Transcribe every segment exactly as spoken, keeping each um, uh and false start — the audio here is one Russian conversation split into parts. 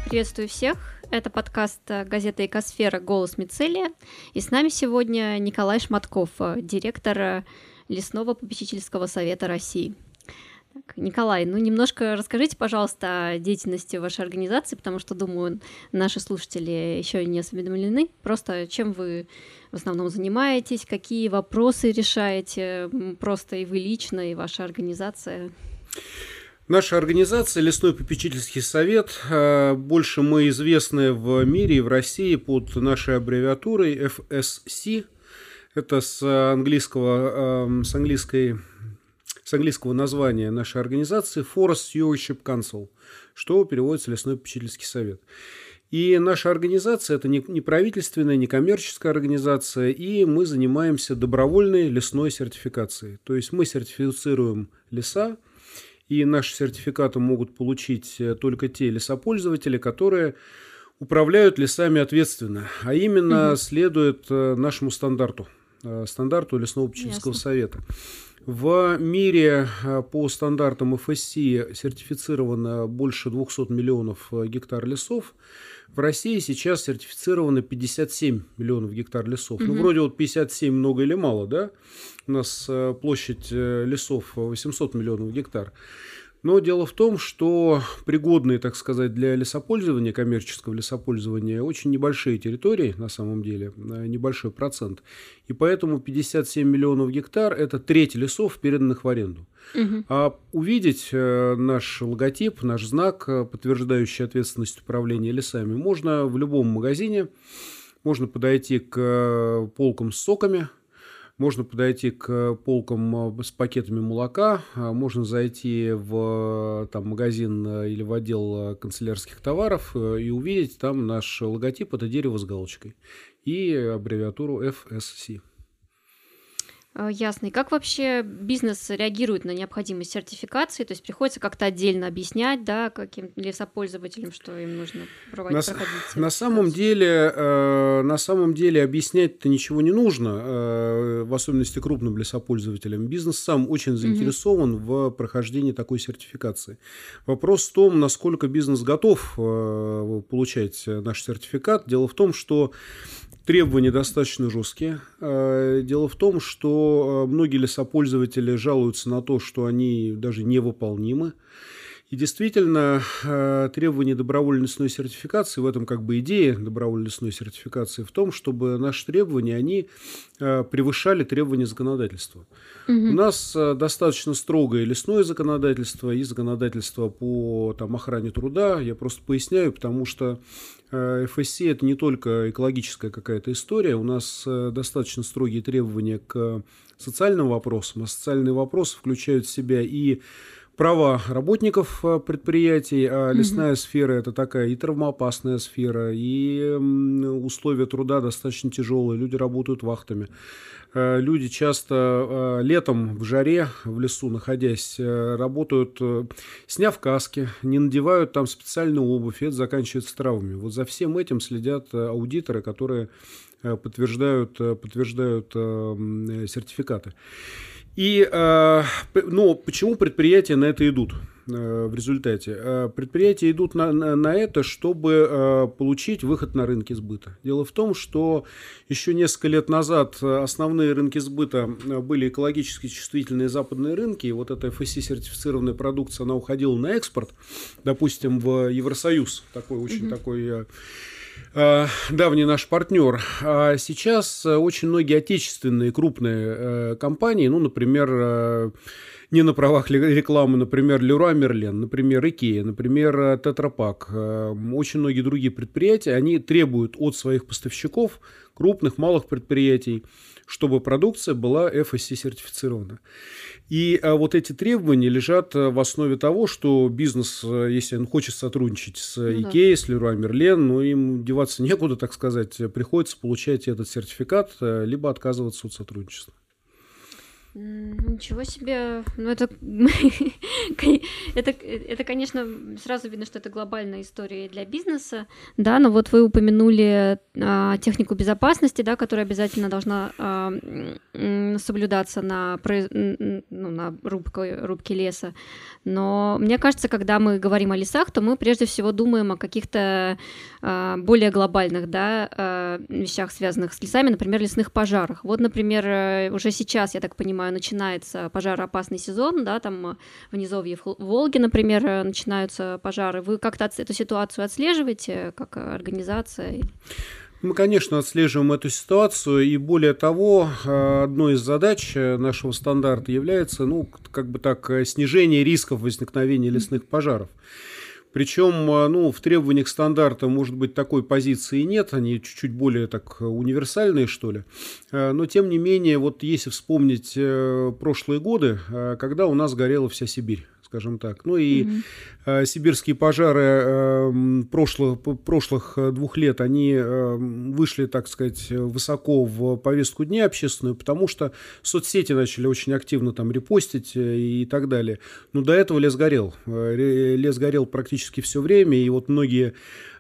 Приветствую всех. Это подкаст газеты «Экосфера. Голос Мицелия». И с нами сегодня Николай Шматков, директор Лесного попечительского совета России. Так, Николай, ну немножко расскажите, пожалуйста, о деятельности вашей организации, потому что, думаю, наши слушатели еще не осведомлены. Просто чем вы в основном занимаетесь, какие вопросы решаете, просто и вы лично, и ваша организация? Наша организация «Лесной попечительский совет», больше мы известны в мире и в России под нашей аббревиатурой эф эс си. Это с английского, с английской, с английского названия нашей организации Forest Stewardship Council, что переводится «Лесной попечительский совет». И наша организация – это не правительственная, не коммерческая организация, и мы занимаемся добровольной лесной сертификацией. То есть мы сертифицируем леса, и наши сертификаты могут получить только те лесопользователи, которые управляют лесами ответственно, а именно угу. следуют нашему стандарту, стандарту Лесного попечительского совета. В мире по стандартам эф эс си сертифицировано больше двухсот миллионов гектар лесов. В России сейчас сертифицировано пятьдесят семь миллионов гектар лесов. Mm-hmm. Ну, вроде вот пятьдесят семь много или мало, да? У нас площадь лесов восемьсот миллионов гектар. Но дело в том, что пригодные, так сказать, для лесопользования, коммерческого лесопользования, очень небольшие территории, на самом деле, небольшой процент. И поэтому пятьдесят семь миллионов гектар – это треть лесов, переданных в аренду. Угу. А увидеть наш логотип, наш знак, подтверждающий ответственность управления лесами, можно в любом магазине. Можно подойти к полкам с соками. Можно подойти к полкам с пакетами молока, можно зайти в там, магазин или в отдел канцелярских товаров и увидеть там наш логотип, это дерево с галочкой, и аббревиатуру эф эс си. Ясно. И как вообще бизнес реагирует на необходимость сертификации? То есть приходится как-то отдельно объяснять, да, каким лесопользователям, что им нужно проводить, на, проходить на самом деле, э, на самом деле объяснять-то ничего не нужно, э, в особенности крупным лесопользователям. Бизнес сам очень заинтересован угу. в прохождении такой сертификации. Вопрос в том, насколько бизнес готов э, получать наш сертификат. Дело в том, что требования достаточно жесткие. Дело в том, что многие лесопользователи жалуются на то, что они даже невыполнимы. И действительно, требования добровольной лесной сертификации, в этом как бы идея добровольной лесной сертификации в том, чтобы наши требования, они превышали требования законодательства. Угу. У нас достаточно строгое лесное законодательство и законодательство по там, охране труда. Я просто поясняю, потому что эф эс си – это не только экологическая какая-то история. У нас достаточно строгие требования к социальным вопросам, а социальные вопросы включают в себя и права работников предприятий, а лесная mm-hmm. сфера – это такая и травмоопасная сфера, и условия труда достаточно тяжелые, люди работают вахтами. Люди часто летом в жаре в лесу, находясь, работают, сняв каски, не надевают там специальную обувь, и это заканчивается травмами. Вот за всем этим следят аудиторы, которые подтверждают, подтверждают сертификаты. И, ну, почему предприятия на это идут в результате? Предприятия идут на, на, на это, чтобы получить выход на рынки сбыта. Дело в том, что еще несколько лет назад основные рынки сбыта были экологически чувствительные западные рынки, и вот эта эф эс си-сертифицированная продукция, она уходила на экспорт, допустим, в Евросоюз, такой очень mm-hmm. такой... давний наш партнер. А сейчас очень многие отечественные крупные компании, ну, например, не на правах рекламы, например, Leroy Merlin, например, IKEA, например, Tetra Pak, очень многие другие предприятия, они требуют от своих поставщиков, крупных, малых предприятий, чтобы продукция была эф эс си-сертифицирована. И а, вот эти требования лежат в основе того, что бизнес, если он хочет сотрудничать с IKEA, с Leroy Merlin, ну, им деваться некуда, так сказать, приходится получать этот сертификат, либо отказываться от сотрудничества. Ничего себе. Ну, это, это, это, конечно, сразу видно, что это глобальная история для бизнеса, да, но вот вы упомянули а, технику безопасности, да, которая обязательно должна а, соблюдаться на, ну, на рубке, рубке леса. Но мне кажется, когда мы говорим о лесах, то мы прежде всего думаем о каких-то а, более глобальных, да, а, вещах, связанных с лесами, например, лесных пожарах. Вот, например, уже сейчас, я так понимаю, начинается пожароопасный сезон, да, там в низовье Волги, например, начинаются пожары. Вы как-то эту ситуацию отслеживаете, как организация? Мы, конечно, отслеживаем эту ситуацию, и более того, одной из задач нашего стандарта является, ну, как бы так, снижение рисков возникновения лесных пожаров. Причем, ну, в требованиях стандарта, может быть, такой позиции нет, они чуть-чуть более так универсальные, что ли. Но, тем не менее, вот если вспомнить прошлые годы, когда у нас горела вся Сибирь, скажем так. Ну и mm-hmm. сибирские пожары прошлых, прошлых двух лет, они вышли, так сказать, высоко в повестку дня общественную, потому что соцсети начали очень активно там репостить и так далее. Но до этого лес горел. Лес горел практически все время, и вот многие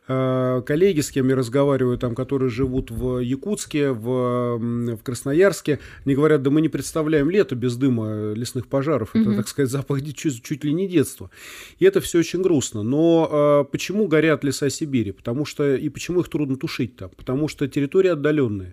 коллеги, с кем я разговариваю, там, которые живут в Якутске, в, в Красноярске, они говорят, да мы не представляем лето без дыма лесных пожаров. Mm-hmm. Это, так сказать, запах чуть, чуть ли не детства. И это все очень грустно. Но а, почему горят леса Сибири? Потому что, и почему их трудно тушить там? Потому что территория отдаленная.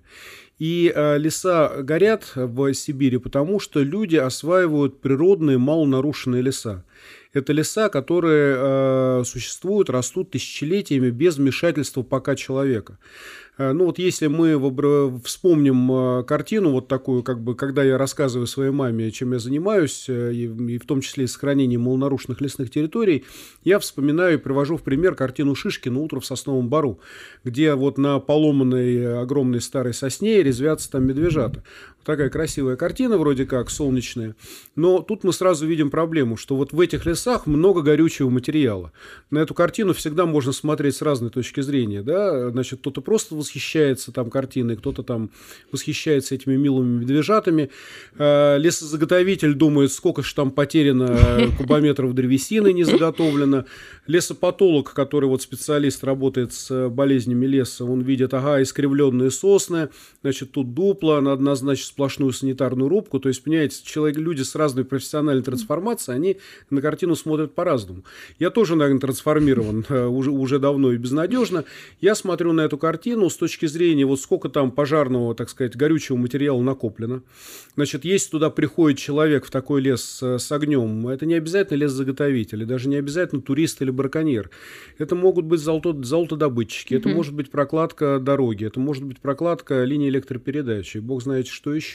И а, леса горят в Сибири, потому что люди осваивают природные малонарушенные леса. Это леса, которые э, существуют, растут тысячелетиями без вмешательства пока человека. Э, ну вот если мы в, вспомним э, картину вот такую, как бы, когда я рассказываю своей маме, чем я занимаюсь, э, и, и в том числе и сохранением малонарушенных лесных территорий, я вспоминаю и привожу в пример картину Шишкина «Утро в сосновом бору», где вот на поломанной огромной старой сосне резвятся там медвежата. Такая красивая картина, вроде как, солнечная. Но тут мы сразу видим проблему, что вот в этих лесах много горючего материала. На эту картину всегда можно смотреть с разной точки зрения. Да? Значит, кто-то просто восхищается там картиной, кто-то там восхищается этими милыми медвежатами. Лесозаготовитель думает, сколько же там потеряно кубометров древесины не заготовлено. Лесопатолог, который вот специалист, работает с болезнями леса, он видит, ага, искривленные сосны, значит, тут дупло, надо назначить сплошную санитарную рубку. То есть, понимаете, человек, люди с разной профессиональной трансформацией, они на картину смотрят по-разному. Я тоже, наверное, трансформирован уже, уже давно и безнадежно. Я смотрю на эту картину с точки зрения, вот сколько там пожарного, так сказать, горючего материала накоплено. Значит, если туда приходит человек в такой лес с, с огнем, это не обязательно лесозаготовитель, и даже не обязательно турист или браконьер. Это могут быть золото, золотодобытчики, mm-hmm. это может быть прокладка дороги, это может быть прокладка линии электропередачи, бог знает, что еще.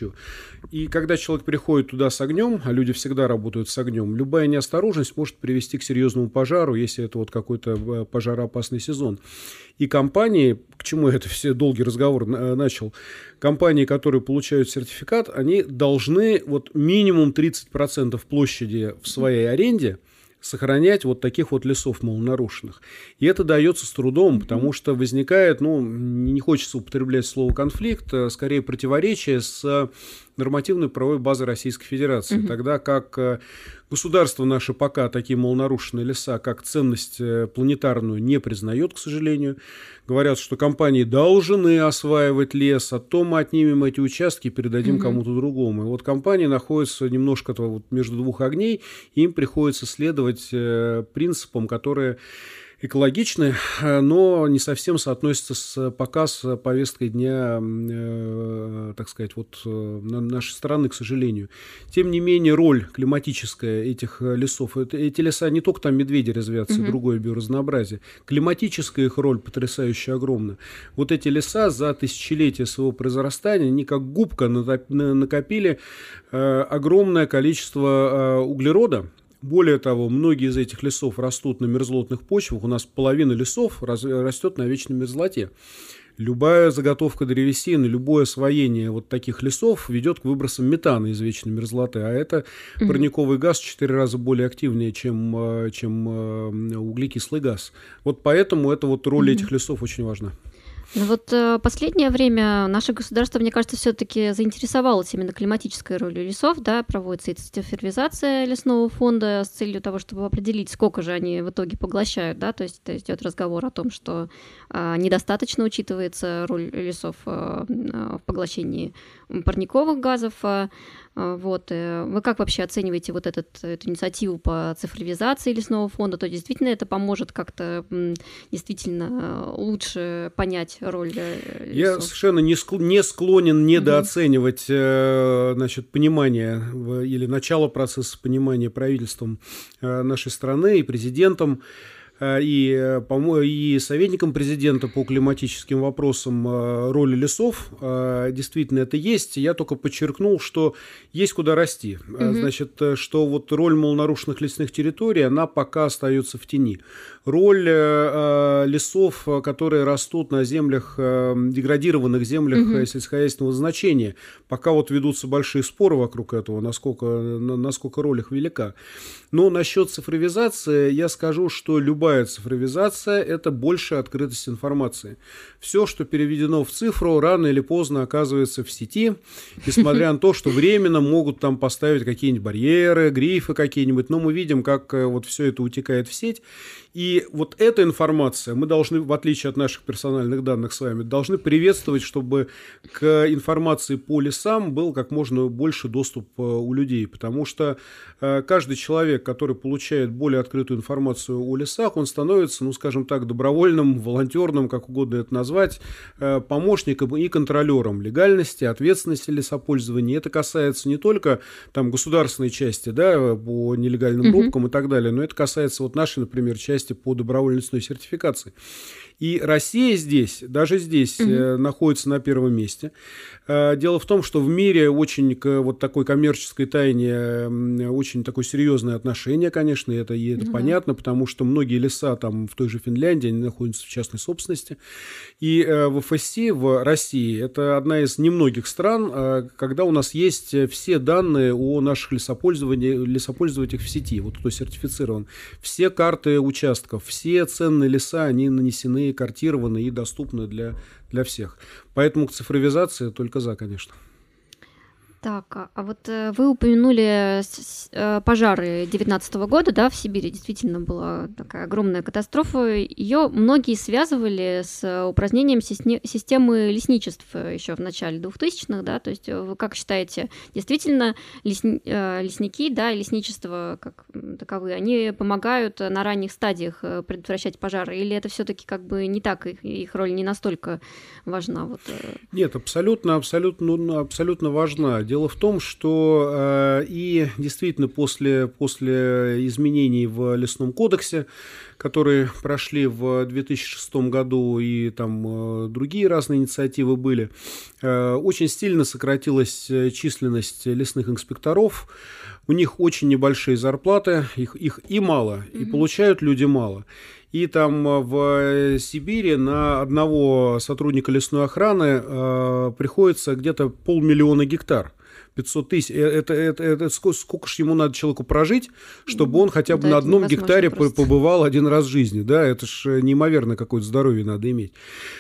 И когда человек приходит туда с огнем, а люди всегда работают с огнем, любая неосторожность может привести к серьезному пожару, если это вот какой-то пожароопасный сезон. И компании, к чему я это все долгий разговор начал, компании, которые получают сертификат, они должны вот минимум тридцать процентов площади в своей аренде сохранять вот таких вот лесов малонарушенных. И это дается с трудом, потому что возникает, ну, не хочется употреблять слово конфликт, а скорее противоречие с нормативной правовой базой Российской Федерации. Mm-hmm. Тогда как государство наше пока такие малонарушенные леса, как ценность планетарную, не признает, к сожалению. Говорят, что компании должны осваивать лес, а то мы отнимем эти участки и передадим mm-hmm. кому-то другому. И вот компании находятся немножко вот между двух огней, и им приходится следовать принципам, которые экологичны, но не совсем соотносятся с, пока с повесткой дня, э, так сказать, вот на нашей страны, к сожалению. Тем не менее, роль климатическая этих лесов, это, эти леса не только там медведи резвятся, mm-hmm. другое биоразнообразие, климатическая их роль потрясающе огромна. Вот эти леса за тысячелетия своего произрастания, они как губка накопили э, огромное количество э, углерода. Более того, многие из этих лесов растут на мерзлотных почвах. У нас половина лесов растет на вечной мерзлоте. Любая заготовка древесины, любое освоение вот таких лесов ведет к выбросам метана из вечной мерзлоты. А это mm-hmm. парниковый газ в четыре раза более активнее, чем, чем углекислый газ. Вот поэтому эта вот роль mm-hmm. этих лесов очень важна. Ну вот э, последнее время наше государство, мне кажется, все-таки заинтересовалось именно климатической ролью лесов, да, проводится и цифровизация лесного фонда с целью того, чтобы определить, сколько же они в итоге поглощают, да, то есть идет разговор о том, что э, недостаточно учитывается роль лесов э, в поглощении парниковых газов. Э, вот. Вы как вообще оцениваете вот этот, эту инициативу по цифровизации лесного фонда? То есть действительно это поможет как-то действительно лучше понять роль лесов? Я совершенно не, склон, не склонен недооценивать угу. значит, понимание или начало процесса понимания правительством нашей страны и президентом, и, и советником президента по климатическим вопросам роли лесов. Действительно, это есть. Я только подчеркнул, что есть куда расти. Угу. Значит, что вот роль малонарушенных лесных территорий, она пока остается в тени. Роль лесов, которые растут на землях, деградированных землях угу. сельскохозяйственного значения, пока вот ведутся большие споры вокруг этого, насколько, насколько роль их велика. Но насчет цифровизации я скажу, что любая цифровизация – это большая открытость информации. Все, что переведено в цифру, рано или поздно оказывается в сети, несмотря на то, что временно могут там поставить какие-нибудь барьеры, грифы какие-нибудь, но мы видим, как вот все это утекает в сеть. И вот эта информация мы должны, в отличие от наших персональных данных с вами, должны приветствовать, чтобы к информации по лесам был как можно больше доступ у людей, потому что каждый человек, который получает более открытую информацию о лесах, он становится, ну, скажем так, добровольным, волонтерным, как угодно это назвать, помощником и контролером легальности, ответственности лесопользования. Это касается не только там государственной части, да, по нелегальным рубкам mm-hmm. и так далее, но это касается вот нашей, например, части по добровольной лесной сертификации. И Россия здесь, даже здесь, угу. э, находится на первом месте. Э, дело в том, что в мире очень к вот такой коммерческой тайне э, очень такое серьезное отношение, конечно, и это, и это угу. понятно, потому что многие леса там в той же Финляндии, они находятся в частной собственности. И э, в эф эс си в России это одна из немногих стран, э, когда у нас есть все данные о наших лесопользованиях, лесопользователях в сети, вот кто сертифицирован. Все карты участков, все ценные леса, они нанесены, картированы и доступны для, для всех. Поэтому к цифровизации только за, конечно. Так, а вот вы упомянули пожары две тысячи девятнадцатого года, да, в Сибири действительно была такая огромная катастрофа. Ее многие связывали с упразднением системы лесничеств еще в начале двухтысячных, да, то есть вы как считаете, действительно лесни, лесники, да, и лесничество как таковые, они помогают на ранних стадиях предотвращать пожары, или это все-таки как бы не так, их, их роль не настолько важна? Вот. Нет, абсолютно, абсолютно, абсолютно важна. Дело в том, что э, и действительно после, после изменений в Лесном кодексе, которые прошли в две тысячи шестом году, и там э, другие разные инициативы были, э, очень сильно сократилась численность лесных инспекторов. У них очень небольшие зарплаты, их, их и мало, mm-hmm. и получают люди мало. И там в Сибири на одного сотрудника лесной охраны э, приходится где-то полмиллиона гектар. пятьсот тысяч. Это, это, это сколько же ему надо человеку прожить, чтобы он хотя бы да, на одном гектаре просто побывал один раз в жизни. Да? Это же неимоверно какое-то здоровье надо иметь.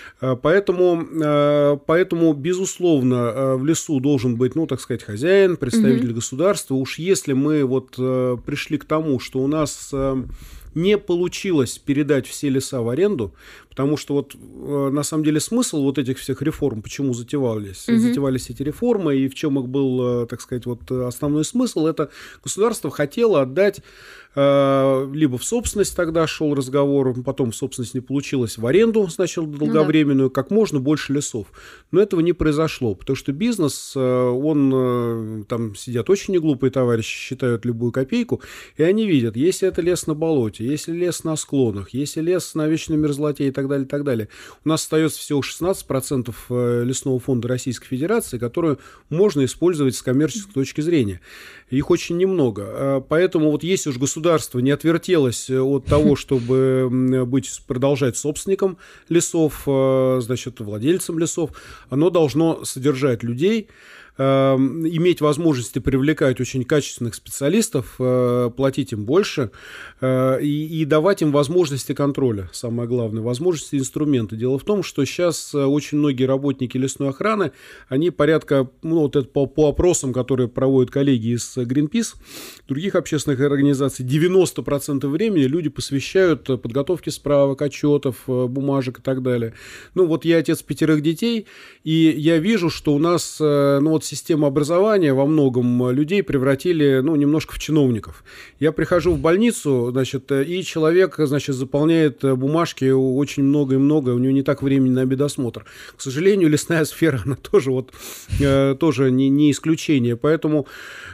Поэтому, поэтому, безусловно, в лесу должен быть, ну, так сказать, хозяин, представитель угу. государства. Уж если мы вот пришли к тому, что у нас не получилось передать все леса в аренду, потому что вот на самом деле смысл вот этих всех реформ, почему затевались, mm-hmm. затевались эти реформы и в чем их был, так сказать, вот основной смысл, это государство хотело отдать либо в собственность, тогда шел разговор, потом в собственность не получилось, в аренду сначала долговременную, ну, да. как можно больше лесов. Но этого не произошло, потому что бизнес, он, там сидят очень неглупые товарищи, считают любую копейку, и они видят, если это лес на болоте, если лес на склонах, если лес на вечной мерзлоте и так далее, и так далее, у нас остается всего шестнадцать процентов лесного фонда Российской Федерации, которую можно использовать с коммерческой точки зрения. Их очень немного. Поэтому вот если уж государство не отвертелось от того, чтобы быть, продолжать собственником лесов, значит, владельцем лесов, оно должно содержать людей, иметь возможности привлекать очень качественных специалистов, платить им больше и, и давать им возможности контроля, самое главное, возможности инструмента. Дело в том, что сейчас очень многие работники лесной охраны, они порядка, ну, вот это по, по опросам, которые проводят коллеги из Greenpeace, других общественных организаций, девяносто процентов времени люди посвящают подготовке справок, отчетов, бумажек и так далее. Ну, вот я отец пятерых детей, и я вижу, что у нас, ну, вот система образования во многом людей превратили, ну, немножко в чиновников. Я прихожу в больницу, значит, и человек, значит, заполняет бумажки очень много и много, у него не так времени на медосмотр. К сожалению, лесная сфера, она тоже, вот, э, тоже не, не исключение, поэтому,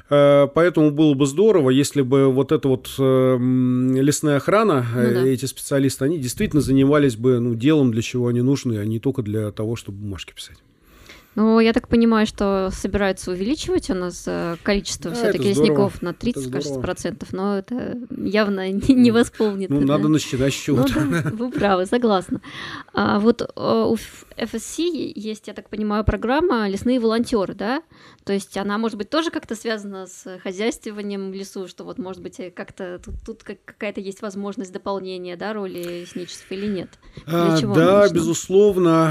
э, поэтому было бы здорово, если бы вот эта вот э, лесная охрана, ну, э, да. эти специалисты, они действительно занимались бы, ну, делом, для чего они нужны, а не только для того, чтобы бумажки писать. Ну, я так понимаю, что собираются увеличивать у нас количество да, все-таки лесников на тридцать, кажется, процентов, но это явно не, не восполнит. Ну, да. надо начинать с чего-то. Ну, да, вы правы, согласна. А вот у эф эс си есть, я так понимаю, программа «Лесные волонтеры», да? То есть она, может быть, тоже как-то связана с хозяйствованием в лесу, что вот, может быть, как-то тут, тут какая-то есть возможность дополнения, да, роли лесничества или нет? А, да, безусловно.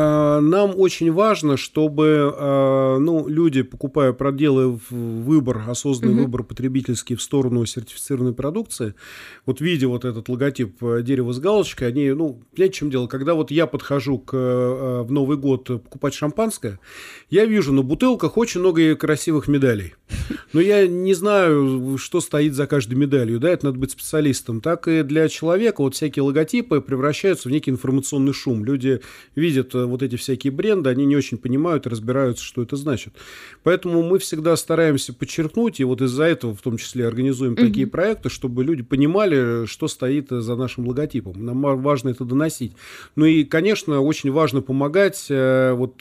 Нам очень важно, чтобы, ну, люди, покупая, проделывая выбор, осознанный угу. выбор потребительский в сторону сертифицированной продукции, вот видя вот этот логотип дерева с галочкой, они, ну, понимаете, в чем дело? Когда вот я подхожу к, в Новый год покупать шампанское, я вижу на бутылках очень много красивых медалей. Но я не знаю, что стоит за каждой медалью, да, это надо быть специалистом. Так и для человека вот всякие логотипы превращаются в некий информационный шум. Люди видят вот эти всякие бренды, они не очень понимают и разбираются, что это значит. Поэтому мы всегда стараемся подчеркнуть, и вот из-за этого в том числе организуем mm-hmm. такие проекты, чтобы люди понимали, что стоит за нашим логотипом. Нам важно это доносить. Ну и, конечно, очень важно помогать вот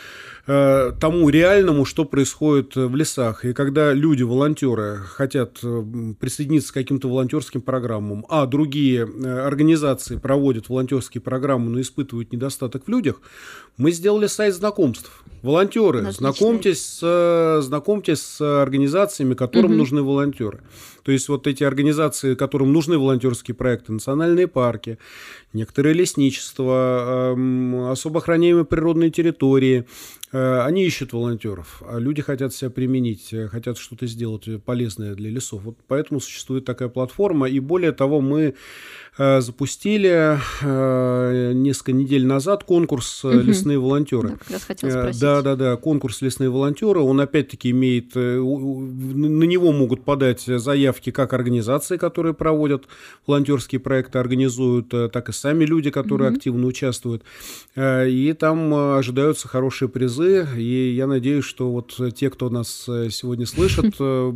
тому реальному, что происходит в лесах. И когда люди, волонтеры, хотят присоединиться к каким-то волонтерским программам, а другие организации проводят волонтерские программы, но испытывают недостаток в людях, мы сделали сайт знакомств. Волонтеры, Отлично. знакомьтесь с, знакомьтесь с организациями, которым угу. нужны волонтеры. То есть вот эти организации, которым нужны волонтерские проекты, национальные парки, некоторые лесничества, особо охраняемые природные территории, они ищут волонтеров, а люди хотят себя применить, хотят что-то сделать полезное для лесов. Вот поэтому существует такая платформа. И более того, мы запустили несколько недель назад конкурс угу. «Лесные волонтеры». Да, как раз хотел спросить. Да, да, да, конкурс «Лесные волонтеры». Он опять-таки имеет, на него могут подать заявки как организации, которые проводят волонтерские проекты, организуют, так и сами люди, которые угу. активно участвуют. И там ожидаются хорошие призы. И я надеюсь, что вот те, кто нас сегодня слышит,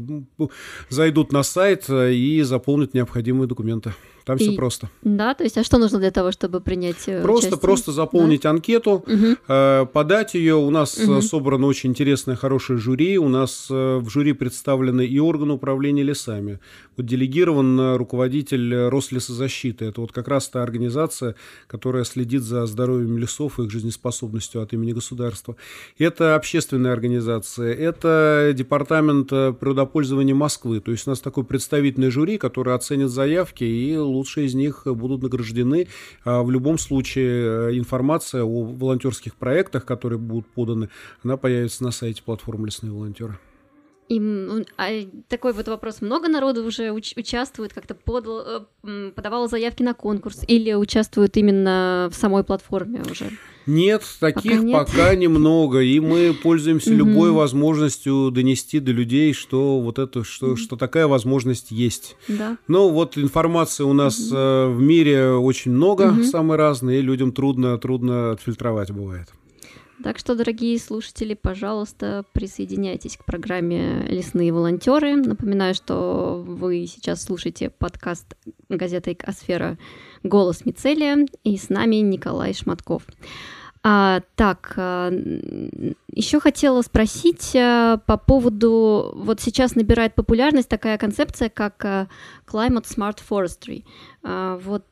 зайдут на сайт и заполнят необходимые документы. Там и, все просто. Да, то есть, а что нужно для того, чтобы принять просто, участие? Просто заполнить да? анкету, угу. э, подать ее. У нас угу. собрано очень интересное, хорошее жюри. У нас э, в жюри представлены и органы управления лесами. Вот делегирован руководитель Рослесозащиты. Это вот как раз та организация, которая следит за здоровьем лесов и их жизнеспособностью от имени государства. Это общественная организация, это департамент природопользования Москвы. То есть у нас такое представительное жюри, которое оценит заявки, и лучшие из них будут награждены. В любом случае информация о волонтерских проектах, которые будут поданы, она появится на сайте платформы «Лесные волонтеры». И, а, такой вот вопрос. Много народу уже уч- участвует, как-то подал, подавало заявки на конкурс или участвуют именно в самой платформе уже? Нет, таких пока, нет. пока немного, и мы пользуемся mm-hmm. любой возможностью донести до людей, что вот это, что, mm-hmm. что такая возможность есть. Да. Ну вот информации у нас mm-hmm. в мире очень много, mm-hmm. самые разные, и людям трудно, трудно отфильтровать бывает. Так что, дорогие слушатели, пожалуйста, присоединяйтесь к программе «Лесные волонтеры». Напоминаю, что вы сейчас слушаете подкаст газеты «Экосфера» «Голос Мицелия», и с нами Николай Шматков. А, так, а, еще хотела спросить а, по поводу, вот сейчас набирает популярность такая концепция, как а, Climate Smart Forestry. А, вот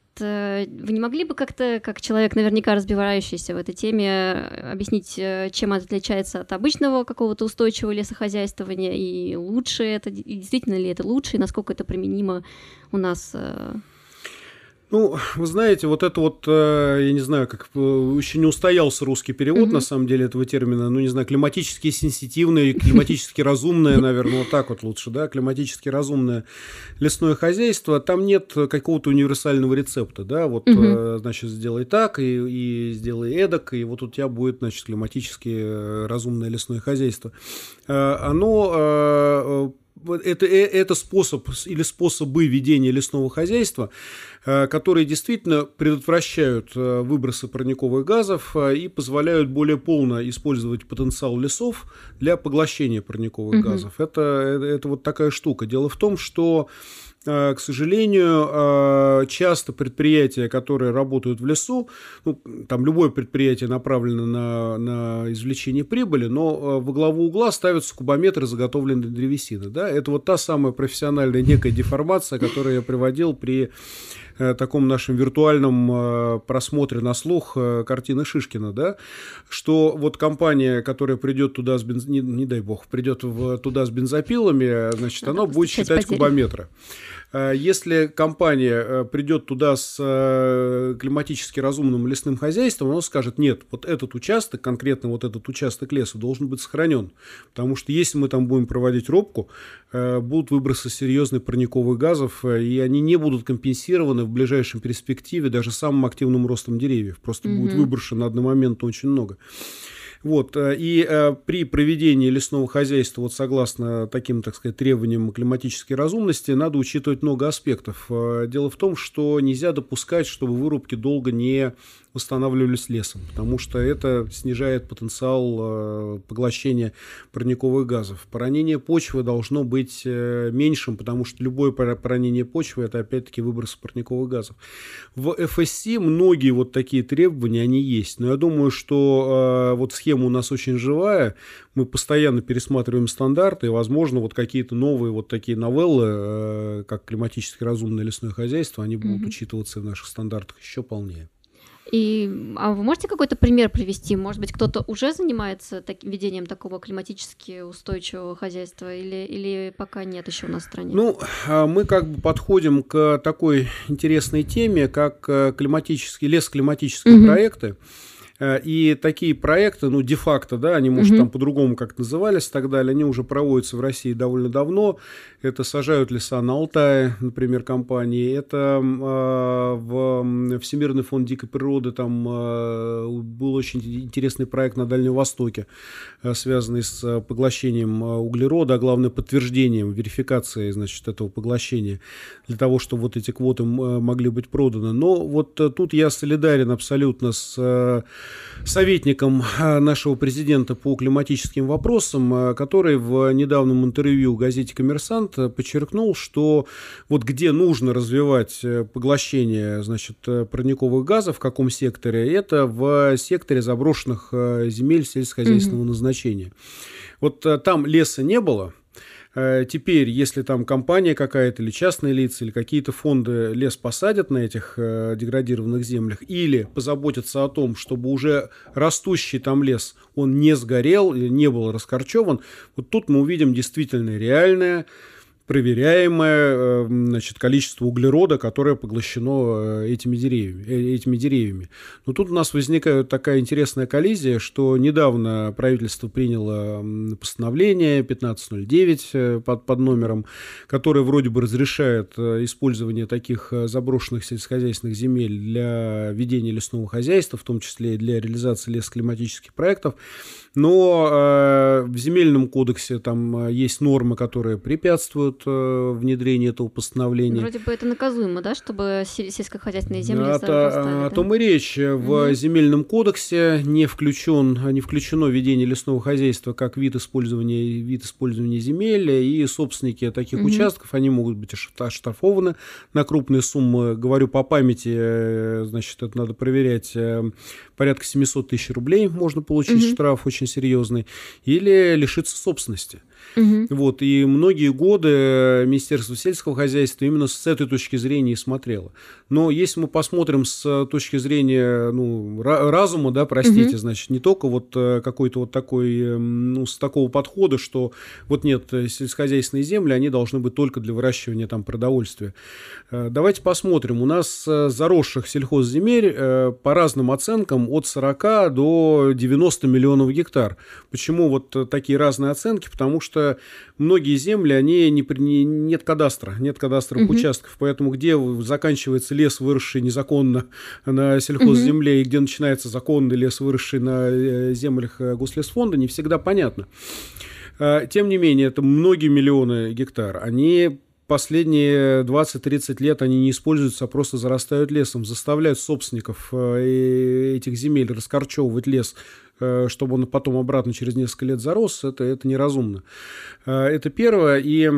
вы не могли бы как-то, как человек, наверняка разбирающийся в этой теме, объяснить, чем это отличается от обычного какого-то устойчивого лесохозяйствования, и лучше это, и действительно ли это лучше, и насколько это применимо у нас? Ну, вы знаете, вот это вот, я не знаю, как еще не устоялся русский перевод, mm-hmm. на самом деле, этого термина, ну, не знаю, климатически сенситивное, климатически разумное, наверное, вот так вот лучше, да, климатически разумное лесное хозяйство, там нет какого-то универсального рецепта, да, вот, mm-hmm. значит, сделай так и, и сделай эдак, и вот у тебя будет, значит, климатически разумное лесное хозяйство. Оно... Это, это способ или способы ведения лесного хозяйства, которые действительно предотвращают выбросы парниковых газов и позволяют более полно использовать потенциал лесов для поглощения парниковых mm-hmm. газов. Это, это, это вот такая штука. Дело в том, что, к сожалению, часто предприятия, которые работают в лесу, ну, там любое предприятие направлено на, на извлечение прибыли, но во главу угла ставятся кубометры заготовленной древесины. Да? Это вот та самая профессиональная некая деформация, которую я приводил при таком нашем виртуальном просмотре на слух картины Шишкина, да, что вот компания, которая придет туда с бенз... не, не дай бог, придет в... туда с бензопилами, значит, она будет считать потери. Кубометры. Если компания придет туда с климатически разумным лесным хозяйством, она скажет: нет, вот этот участок, конкретно вот этот участок леса должен быть сохранен, потому что если мы там будем проводить рубку, будут выбросы серьезных парниковых газов, и они не будут компенсированы в ближайшем перспективе даже самым активным ростом деревьев. Просто mm-hmm. будет выброшено одномоментно очень много. Вот, и э, при проведении лесного хозяйства, вот согласно таким, так сказать, требованиям климатической разумности, надо учитывать много аспектов. Дело в том, что нельзя допускать, чтобы вырубки долго не восстанавливались лесом, потому что это снижает потенциал э, поглощения парниковых газов. Поранение почвы должно быть э, меньшим, потому что любое поранение почвы – это опять-таки выброс парниковых газов. В эф эс си многие вот такие требования, они есть, но я думаю, что э, вот схема у нас очень живая, мы постоянно пересматриваем стандарты, и, возможно, вот какие-то новые вот такие новеллы, э, как климатически разумное лесное хозяйство, они будут mm-hmm. учитываться в наших стандартах еще полнее. И, а вы можете какой-то пример привести? Может быть, кто-то уже занимается так, ведением такого климатически устойчивого хозяйства, или, или пока нет еще у нас в стране? Ну, мы как бы подходим к такой интересной теме, как климатические, лес-климатические mm-hmm. проекты. И такие проекты, ну, де-факто, да, они, может, mm-hmm. там по-другому как-то назывались и так далее, они уже проводятся в России довольно давно. Это сажают леса на Алтае, например, компании. Это э, в Всемирный фонд дикой природы, там э, был очень интересный проект на Дальнем Востоке, э, связанный с поглощением углерода, а главное, подтверждением, верификацией, значит, этого поглощения, для того, чтобы вот эти квоты могли быть проданы. Но вот тут я солидарен абсолютно с советником нашего президента по климатическим вопросам, который в недавнем интервью в газете «Коммерсант» подчеркнул, что вот где нужно развивать поглощение, значит, парниковых газов, в каком секторе, это в секторе заброшенных земель сельскохозяйственного mm-hmm. назначения. Вот там леса не было. Теперь, если там компания какая-то или частные лица, или какие-то фонды лес посадят на этих э, деградированных землях, или позаботятся о том, чтобы уже растущий там лес, он не сгорел, не был раскорчеван, вот тут мы увидим действительно реальное, проверяемое, значит, количество углерода, которое поглощено этими деревьями, этими деревьями. Но тут у нас возникает такая интересная коллизия, что недавно правительство приняло постановление пятнадцать ноль девять под, под номером, которое вроде бы разрешает использование таких заброшенных сельскохозяйственных земель для ведения лесного хозяйства, в том числе и для реализации лесоклиматических проектов. Но э, в земельном кодексе там есть нормы, которые препятствуют э, внедрению этого постановления. Вроде бы это наказуемо, да, чтобы сельскохозяйственные земли а зарастали. О да? том и речь. В угу. земельном кодексе не, включен, не включено ведение лесного хозяйства как вид использования, вид использования земель, и собственники таких угу. участков, они могут быть оштрафованы на крупные суммы. Говорю по памяти, значит, это надо проверять, порядка семьсот тысяч рублей можно получить угу. штраф очень серьезный, или лишиться собственности. Угу. Вот, и многие годы Министерство сельского хозяйства именно с этой точки зрения и смотрело. Но если мы посмотрим с точки зрения ну, разума, да, простите, угу. значит, не только вот какой-то вот такой, ну, с такого подхода, что вот нет, сельскохозяйственные земли, они должны быть только для выращивания там продовольствия. Давайте посмотрим. У нас заросших сельхозземель по разным оценкам от сорока до девяноста миллионов гектар. Почему вот такие разные оценки? Потому что многие земли, они не, не, нет кадастра, нет кадастровых uh-huh. участков, поэтому где заканчивается лес, выросший незаконно на сельхозземле, uh-huh. и где начинается законный лес, выросший на землях Гослесфонда, не всегда понятно. Тем не менее, это многие миллионы гектар, они последние двадцать-тридцать лет они не используются, а просто зарастают лесом, заставляют собственников этих земель раскорчевывать лес, чтобы он потом обратно через несколько лет зарос, это, это неразумно. Это первое. И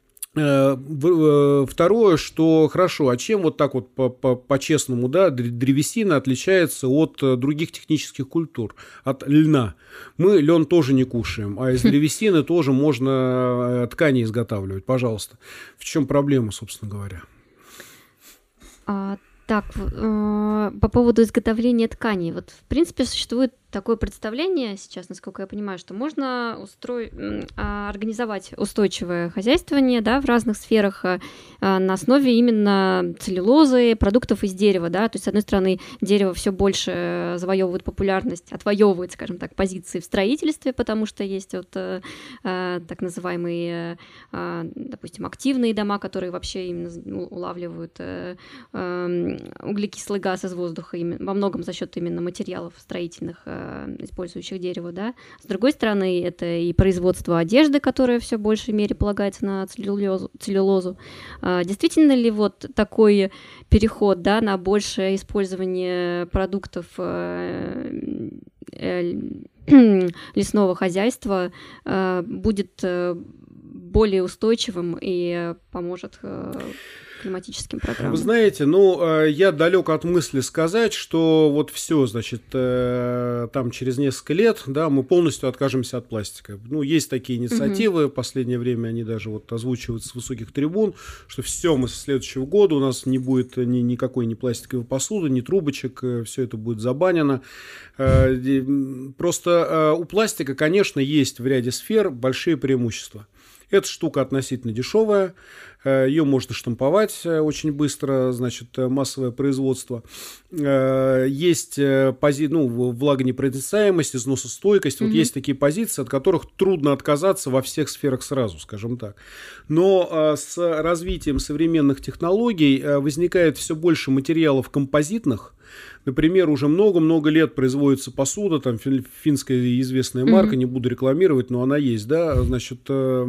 второе, что хорошо, а чем вот так вот по-честному, да, древесина отличается от других технических культур, от льна? Мы лен тоже не кушаем, а из древесины тоже можно ткани изготавливать, пожалуйста. В чем проблема, собственно говоря? А, так, э, по поводу изготовления тканей. Вот, в принципе, существует такое представление сейчас, насколько я понимаю, что можно устроить, организовать устойчивое хозяйствование, да, в разных сферах на основе именно целлюлозы, продуктов из дерева, да, то есть, с одной стороны, дерево все больше завоевывает популярность, отвоевывает, скажем так, позиции в строительстве, потому что есть вот так называемые, допустим, активные дома, которые вообще именно улавливают углекислый газ из воздуха во многом за счет именно материалов строительных, использующих дерево, да. С другой стороны, это и производство одежды, которое все в большей мере полагается на целлюлозу. целлюлозу. Действительно ли вот такой переход, да, на большее использование продуктов лесного хозяйства будет более устойчивым и поможет климатическим программам? Вы знаете, ну, я далек от мысли сказать, что вот все, значит, там через несколько лет, да, мы полностью откажемся от пластика. Ну, есть такие инициативы, угу. в последнее время они даже вот озвучиваются с высоких трибун, что все, мы со следующего года, у нас не будет ни, никакой ни пластиковой посуды, ни трубочек, все это будет забанено. Просто у пластика, конечно, есть в ряде сфер большие преимущества. Эта штука относительно дешевая, ее можно штамповать очень быстро, значит, массовое производство. Есть пози... ну, влагонепроницаемость, износостойкость. Mm-hmm. Вот есть такие позиции, от которых трудно отказаться во всех сферах сразу, скажем так. Но с развитием современных технологий возникает все больше материалов композитных. Например, уже много-много лет производится посуда, там финская известная марка, mm-hmm. не буду рекламировать, но она есть, да, значит,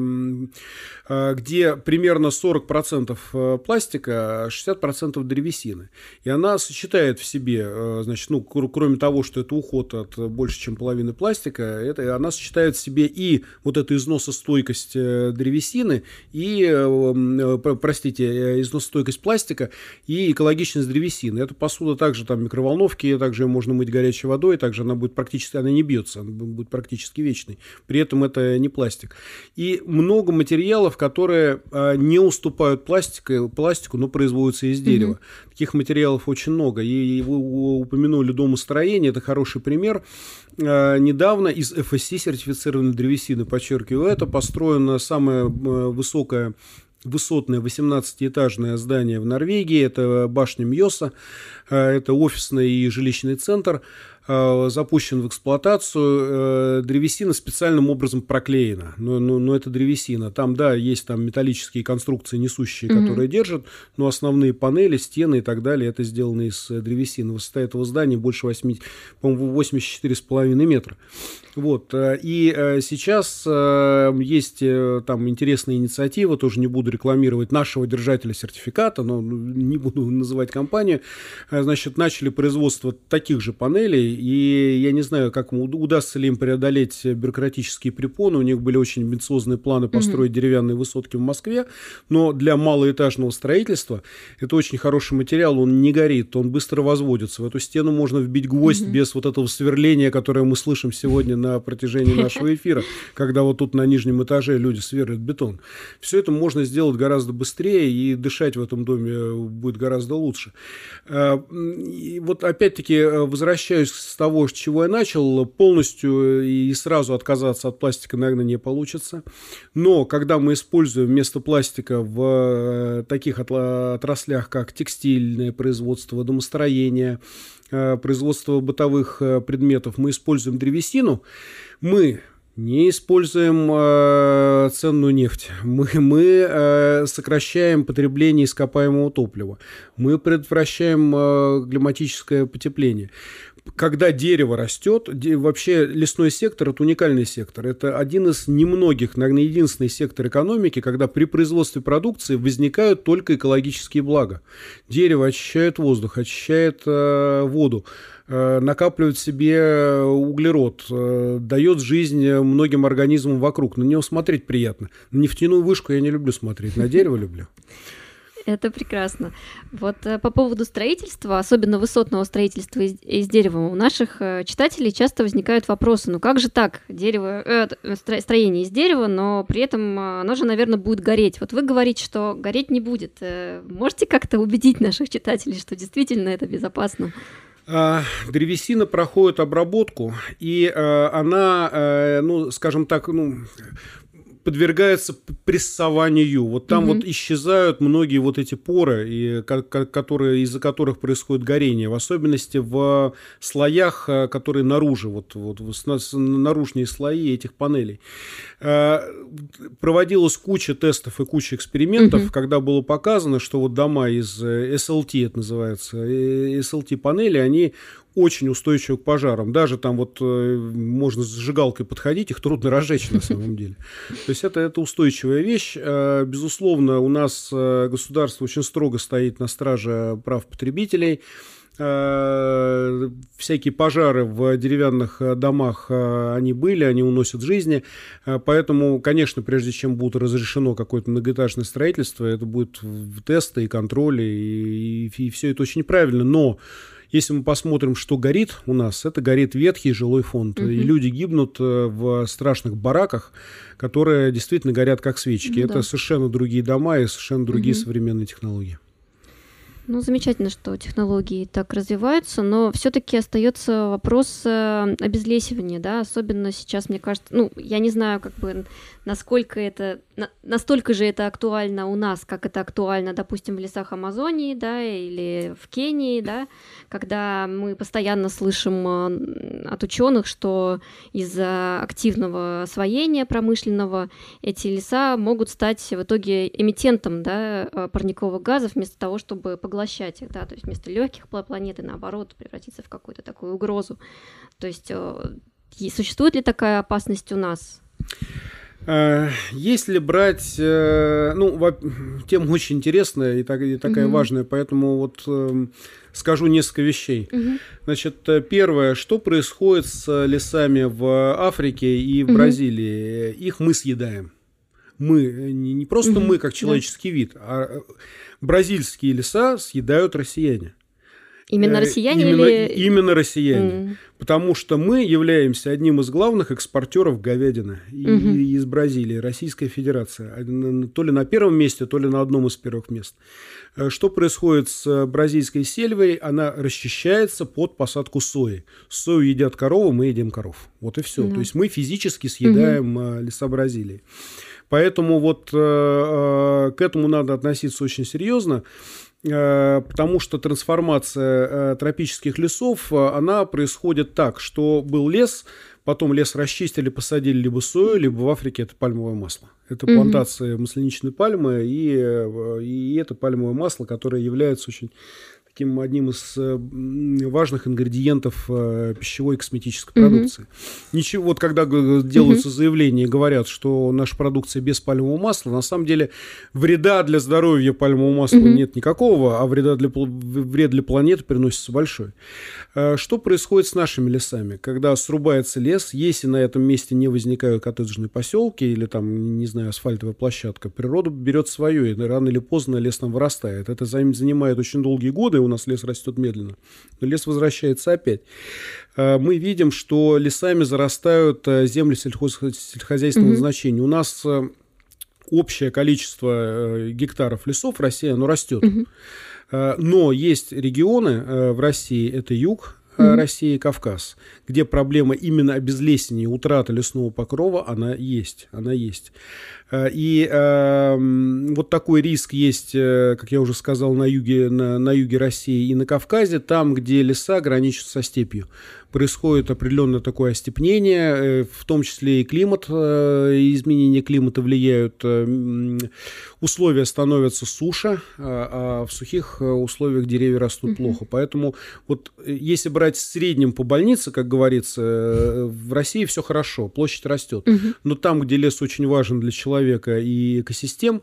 где примерно сорок процентов пластика, шестьдесят процентов древесины. И она сочетает в себе, значит, ну, кроме того, что это уход от больше, чем половины пластика, это, она сочетает в себе и вот эту износостойкость древесины, и, простите, износостойкость пластика, и экологичность древесины. Эта посуда также там микроволновки, также ее можно мыть горячей водой, также она будет практически, она не бьется, она будет практически вечной. При этом это не пластик. И много материалов, которые а, не уступают пластику, пластику, но производятся из дерева. Mm-hmm. Таких материалов очень много. И вы упомянули домостроение, это хороший пример. А, недавно из эф эс си сертифицированной древесины, подчеркиваю это, построена самая высокая высотное восемнадцатиэтажное здание в Норвегии, это башня Мьоса, это офисный и жилищный центр, запущен в эксплуатацию. Древесина специальным образом проклеена, но, но, но это древесина. Там, да, есть там металлические конструкции несущие, mm-hmm. которые держат, но основные панели, стены и так далее, это сделано из древесины. Высота этого здания больше восемьдесят, по-моему, восемьдесят четыре с половиной метра. Вот. И сейчас есть там интересная инициатива, тоже не буду рекламировать, нашего держателя сертификата, но не буду называть компанию. Значит, начали производство таких же панелей и я не знаю, как удастся ли им преодолеть бюрократические препоны. У них были очень амбициозные планы построить mm-hmm. деревянные высотки в Москве, но для малоэтажного строительства это очень хороший материал, он не горит, он быстро возводится. В эту стену можно вбить гвоздь mm-hmm. без вот этого сверления, которое мы слышим сегодня на протяжении нашего эфира, когда вот тут на нижнем этаже люди сверлят бетон. Все это можно сделать гораздо быстрее, и дышать в этом доме будет гораздо лучше. И вот опять-таки возвращаюсь с того, с чего я начал, полностью и сразу отказаться от пластика, наверное, не получится. Но когда мы используем вместо пластика в таких отраслях, как текстильное производство, домостроение, производство бытовых предметов, мы используем древесину, мы не используем э, ценную нефть, мы, мы э, сокращаем потребление ископаемого топлива, мы предотвращаем э, климатическое потепление. Когда дерево растет, де, вообще лесной сектор – это уникальный сектор. Это один из немногих, наверное, единственный сектор экономики, когда при производстве продукции возникают только экологические блага. Дерево очищает воздух, очищает э, воду, э, накапливает в себе углерод, э, дает жизнь многим организмам вокруг. На него смотреть приятно. На нефтяную вышку я не люблю смотреть, на дерево люблю. Это прекрасно. Вот по поводу строительства, особенно высотного строительства из, из дерева, у наших читателей часто возникают вопросы. Ну как же так? Дерево, э, строение из дерева, но при этом оно же, наверное, будет гореть. Вот вы говорите, что гореть не будет. Можете как-то убедить наших читателей, что действительно это безопасно? Древесина проходит обработку, и она, ну, скажем так, ну... подвергается прессованию. Вот там угу. вот исчезают многие вот эти поры, и, которые, из-за которых происходит горение, в особенности в слоях, которые наружу, вот, вот наружные слои этих панелей. Проводилась куча тестов и куча экспериментов, угу. когда было показано, что вот дома из эс эл ти, это называется, эс эл ти-панели, они очень устойчивы к пожарам. Даже там вот э, можно с зажигалкой подходить, их трудно разжечь на самом деле. То есть это, это устойчивая вещь. Э, безусловно, у нас э, государство очень строго стоит на страже прав потребителей. Э, всякие пожары в деревянных домах, э, они были, они уносят жизни. Э, поэтому, конечно, прежде чем будет разрешено какое-то многоэтажное строительство, это будет тесты и контроли, и, и, и все это очень правильно. Но если мы посмотрим, что горит у нас, это горит ветхий жилой фонд. Mm-hmm. И люди гибнут в страшных бараках, которые действительно горят как свечки. Mm-hmm. Это совершенно другие дома и совершенно другие mm-hmm. современные технологии. Ну, замечательно, что технологии так развиваются, но все-таки остается вопрос обезлесивания, да, особенно сейчас, мне кажется, ну, я не знаю, как бы, насколько это, на, настолько же это актуально у нас, как это актуально, допустим, в лесах Амазонии, да, или в Кении, да, когда мы постоянно слышим от ученых, что из-за активного освоения промышленного эти леса могут стать в итоге эмитентом, да, парниковых газов вместо того, чтобы поглощать их, да, то есть вместо легких планеты, наоборот, превратиться в какую-то такую угрозу. То есть существует ли такая опасность у нас? Если брать, ну, тема очень интересная и, так, и такая угу. важная, поэтому вот скажу несколько вещей. Угу. Значит, первое, что происходит с лесами в Африке и в угу. Бразилии? Их мы съедаем. Мы, не просто угу. мы, как человеческий да. вид, а бразильские леса съедают россияне. Именно россияне именно, или... Именно россияне. Mm. Потому что мы являемся одним из главных экспортеров говядины mm-hmm. из Бразилии, Российская Федерация. То ли на первом месте, то ли на одном из первых мест. Что происходит с бразильской сельвой? Она расчищается под посадку сои. Сою едят коровы, мы едим коров. Вот и все. Mm. То есть мы физически съедаем mm-hmm. леса Бразилии. Поэтому вот э, к этому надо относиться очень серьезно, э, потому что трансформация э, тропических лесов, э, она происходит так, что был лес, потом лес расчистили, посадили либо сою, либо в Африке это пальмовое масло. Это mm-hmm. плантация масляничной пальмы, и, и это пальмовое масло, которое является очень таким одним из важных ингредиентов пищевой и косметической продукции. Mm-hmm. Ничего, вот когда делаются mm-hmm. заявления и говорят, что наша продукция без пальмового масла, на самом деле вреда для здоровья пальмового масла mm-hmm. нет никакого, а вреда для, вред для планеты приносится большой. Что происходит с нашими лесами? Когда срубается лес, если на этом месте не возникают коттеджные поселки или там, не знаю, асфальтовая площадка, природа берет свое, и рано или поздно лес там вырастает. Это занимает очень долгие годы, у нас лес растет медленно, но лес возвращается опять. Мы видим, что лесами зарастают земли сельскохозяйственного mm-hmm. значения. У нас общее количество гектаров лесов в России, оно растет. Mm-hmm. Но есть регионы в России, это юг, Mm-hmm. России и Кавказ, где проблема именно обезлесения, утраты лесного покрова, она есть, она есть. И э, вот такой риск есть, как я уже сказал, на юге, на, на юге России и на Кавказе, там, где леса граничат со степью. Происходит определенное такое остепнение, в том числе и климат, изменения климата влияют, условия становятся суше, а в сухих условиях деревья растут mm-hmm. плохо. Поэтому вот если брать в среднем по больнице, как говорится, в России все хорошо, площадь растет. Mm-hmm. Но там, где лес очень важен для человека и экосистем,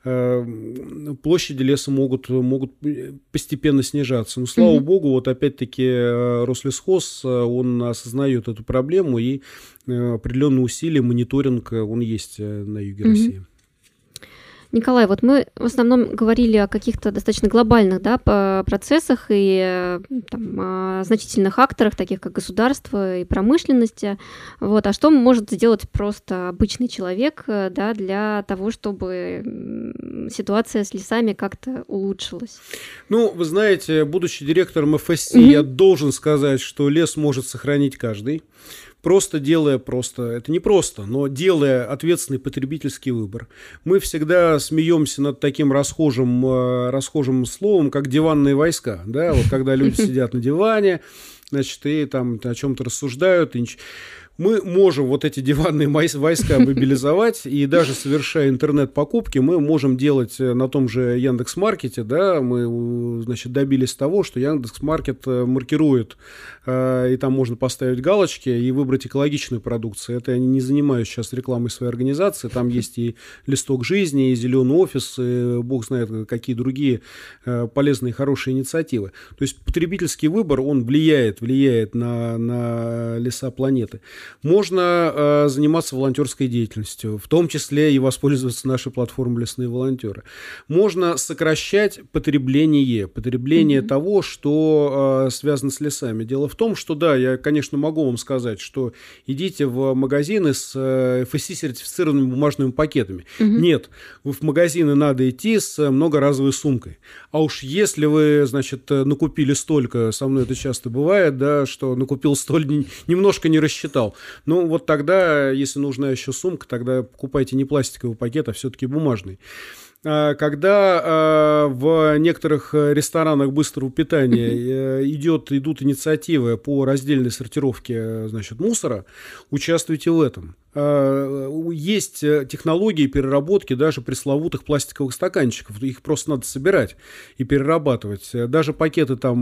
площади леса могут, могут постепенно снижаться. Но, слава mm-hmm. богу, вот опять-таки Рослесхоз, он осознает эту проблему, и определенные усилия, мониторинг, он есть на юге mm-hmm. России. Николай, вот мы в основном говорили о каких-то достаточно глобальных, да, процессах и там, значительных акторах, таких как государство и промышленность. Вот. А что может сделать просто обычный человек, да, для того, чтобы ситуация с лесами как-то улучшилась? Ну, вы знаете, будучи директором эф эс си, mm-hmm. я должен сказать, что лес может сохранить каждый. Просто делая просто, это не просто, но делая ответственный потребительский выбор. Мы всегда смеемся над таким расхожим, расхожим словом, как диванные войска. Да? Вот когда люди сидят на диване, значит, и там о чем-то рассуждают, и ничего. Мы можем вот эти диванные войска мобилизовать, и даже совершая интернет-покупки, мы можем делать на том же Яндекс.Маркете, да, мы, значит, добились того, что Яндекс.Маркет маркирует, э, и там можно поставить галочки и выбрать экологичную продукцию. Это я не занимаюсь сейчас рекламой своей организации, там есть и листок жизни, и зеленый офис, и бог знает какие другие э, полезные, хорошие инициативы. То есть потребительский выбор, он влияет, влияет на, на леса планеты. Можно э, заниматься волонтерской деятельностью, в том числе и воспользоваться нашей платформой «Лесные волонтеры». Можно сокращать потребление, потребление mm-hmm. того, что э, связано с лесами. Дело в том, что, да, я, конечно, могу вам сказать, что идите в магазины с э, эф эс си-сертифицированными бумажными пакетами. Mm-hmm. Нет, в магазины надо идти с многоразовой сумкой. А уж если вы, значит, накупили столько, со мной это часто бывает, да, что накупил столь, немножко не рассчитал. Ну, вот тогда, если нужна еще сумка, тогда покупайте не пластиковый пакет, а все-таки бумажный. Когда в некоторых ресторанах быстрого питания идет, идут инициативы по раздельной сортировке, значит, мусора, участвуйте в этом. Есть технологии переработки даже пресловутых пластиковых стаканчиков. Их просто надо собирать и перерабатывать. Даже пакеты там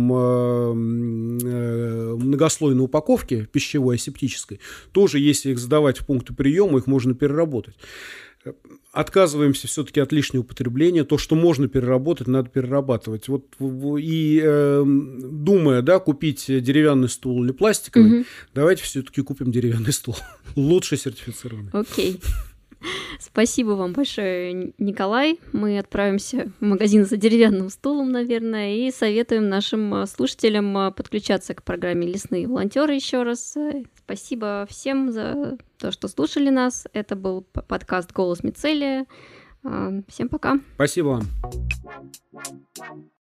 многослойной упаковки, пищевой, асептической, тоже, если их сдавать в пункты приема, их можно переработать. Отказываемся все-таки от лишнего потребления. То, что можно переработать, надо перерабатывать. Вот, и э, думая, да, купить деревянный стул или пластиковый, угу. давайте все-таки купим деревянный стул. Лучше сертифицированный. Окей. Спасибо вам большое, Николай. Мы отправимся в магазин за деревянным стулом, наверное, и советуем нашим слушателям подключаться к программе «Лесные волонтеры» еще раз. Спасибо всем за то, что слушали нас. Это был подкаст «Голос Мицелия». Всем пока. Спасибо вам.